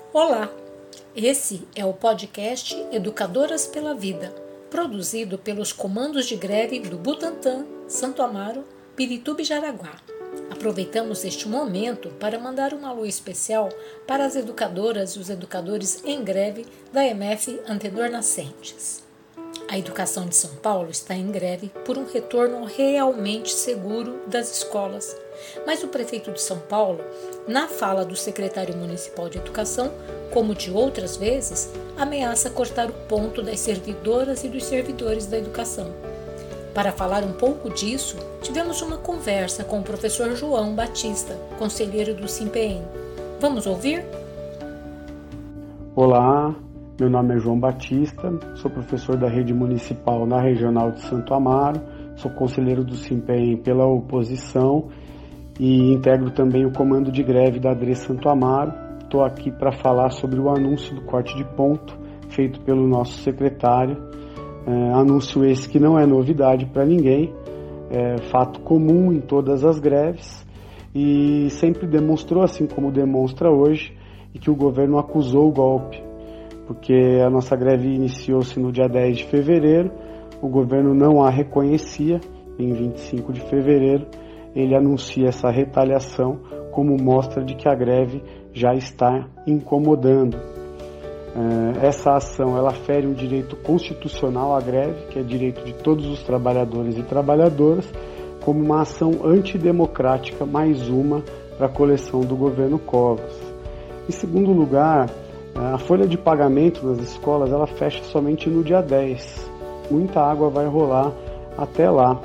Olá, esse é o podcast Educadoras pela Vida, produzido pelos comandos de greve do Butantã, Santo Amaro, Pirituba e Jaraguá. Aproveitamos este momento para mandar um alô especial para as educadoras e os educadores em greve da EMF Antenor Nascentes. A educação de São Paulo está em greve por um retorno realmente seguro das escolas, mas o prefeito de São Paulo, na fala do secretário municipal de educação, como de outras vezes, ameaça cortar o ponto das servidoras e dos servidores da educação. Para falar um pouco disso, tivemos uma conversa com o professor João Batista, conselheiro do SINPEM. Vamos ouvir? Olá, meu nome é João Batista, sou professor da rede municipal na Regional de Santo Amaro, sou conselheiro do SINPEM pela oposição e integro também o comando de greve da ADRE Santo Amaro. Estou aqui para falar sobre o anúncio do corte de ponto feito pelo nosso secretário. Anúncio esse que não é novidade para ninguém, é fato comum em todas as greves e sempre demonstrou, assim como demonstra hoje, e que o governo acusou o golpe, porque a nossa greve iniciou-se no dia 10 de fevereiro, o governo não a reconhecia, em 25 de fevereiro ele anuncia essa retaliação como mostra de que a greve já está incomodando. Essa ação ela fere um direito constitucional à greve, que é direito de todos os trabalhadores e trabalhadoras, como uma ação antidemocrática, mais uma para a coleção do governo Covas. Em segundo lugar, a folha de pagamento das escolas ela fecha somente no dia 10. Muita água vai rolar até lá.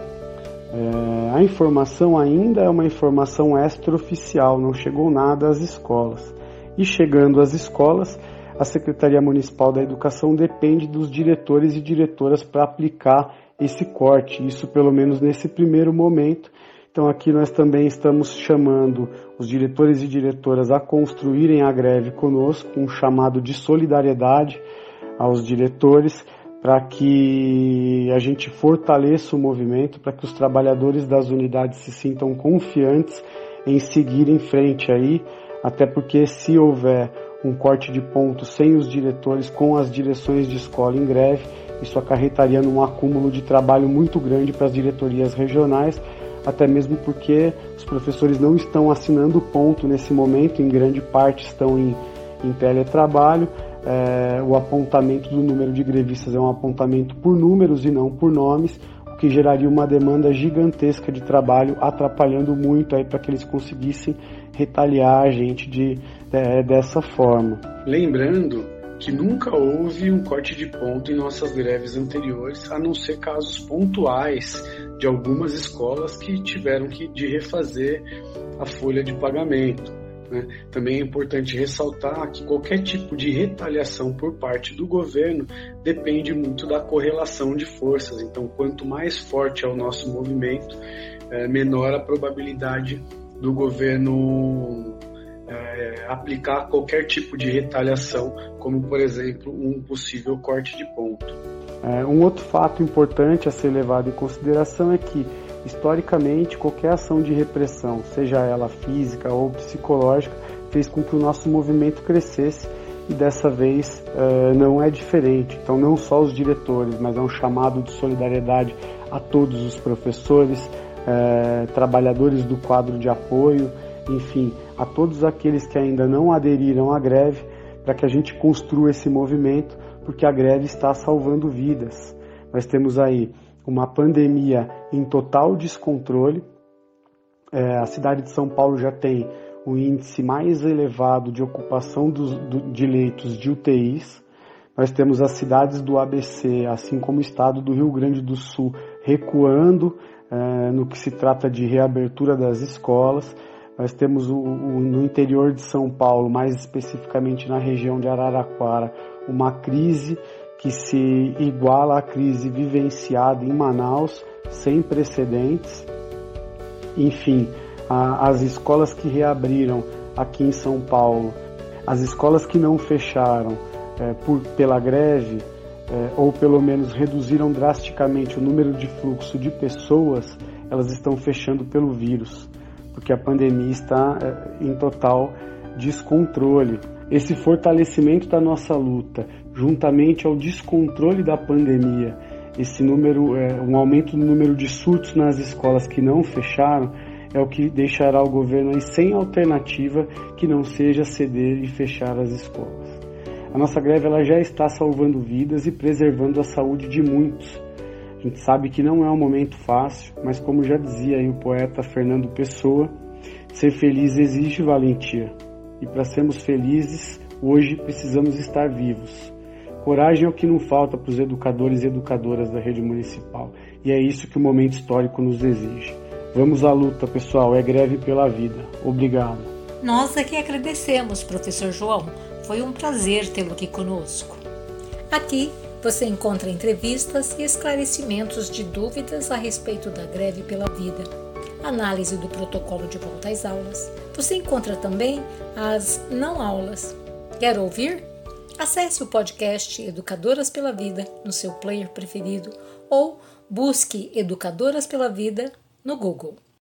A informação ainda é uma informação extraoficial, não chegou nada às escolas. E chegando às escolas, a Secretaria Municipal da Educação depende dos diretores e diretoras para aplicar esse corte, isso pelo menos nesse primeiro momento. Então aqui nós também estamos chamando os diretores e diretoras a construírem a greve conosco, um chamado de solidariedade aos diretores, para que a gente fortaleça o movimento, para que os trabalhadores das unidades se sintam confiantes em seguir em frente aí, até porque se houver um corte de ponto sem os diretores, com as direções de escola em greve, isso acarretaria num acúmulo de trabalho muito grande para as diretorias regionais, até mesmo porque os professores não estão assinando ponto nesse momento, em grande parte estão em teletrabalho. O apontamento do número de grevistas é um apontamento por números e não por nomes, o que geraria uma demanda gigantesca de trabalho, atrapalhando muito aí para que eles conseguissem retaliar a gente dessa forma. Lembrando que nunca houve um corte de ponto em nossas greves anteriores, a não ser casos pontuais de algumas escolas que tiveram de refazer a folha de pagamento. Também é importante ressaltar que qualquer tipo de retaliação por parte do governo depende muito da correlação de forças. Então, quanto mais forte é o nosso movimento, menor a probabilidade do governo aplicar qualquer tipo de retaliação, como, por exemplo, um possível corte de ponto. Um outro fato importante a ser levado em consideração é que, historicamente, qualquer ação de repressão, seja ela física ou psicológica, fez com que o nosso movimento crescesse e dessa vez não é diferente. Então, não só os diretores, mas é um chamado de solidariedade a todos os professores, trabalhadores do quadro de apoio, enfim, a todos aqueles que ainda não aderiram à greve, para que a gente construa esse movimento, porque a greve está salvando vidas. Nós temos aí uma pandemia em total descontrole. A cidade de São Paulo já tem o índice mais elevado de ocupação de leitos de UTIs. Nós temos as cidades do ABC, assim como o estado do Rio Grande do Sul, recuando no que se trata de reabertura das escolas. Nós temos no interior de São Paulo, mais especificamente na região de Araraquara, uma crise que se iguala à crise vivenciada em Manaus, sem precedentes. Enfim, as escolas que reabriram aqui em São Paulo, as escolas que não fecharam pela greve, ou pelo menos reduziram drasticamente o número de fluxo de pessoas, elas estão fechando pelo vírus, porque a pandemia está em total descontrole. Esse fortalecimento da nossa luta, juntamente ao descontrole da pandemia, um aumento do número de surtos nas escolas que não fecharam, é o que deixará o governo aí sem alternativa que não seja ceder e fechar as escolas. A nossa greve ela já está salvando vidas e preservando a saúde de muitos. A gente sabe que não é um momento fácil, mas como já dizia aí o poeta Fernando Pessoa, ser feliz exige valentia. E para sermos felizes, hoje precisamos estar vivos. Coragem é o que não falta para os educadores e educadoras da rede municipal. E é isso que o momento histórico nos exige. Vamos à luta, pessoal. É greve pela vida. Obrigado. Nós é que agradecemos, professor João. Foi um prazer tê-lo aqui conosco. Aqui você encontra entrevistas e esclarecimentos de dúvidas a respeito da greve pela vida, análise do protocolo de volta às aulas. Você encontra também as não aulas. Quer ouvir? Acesse o podcast Educadoras pela Vida no seu player preferido ou busque Educadoras pela Vida no Google.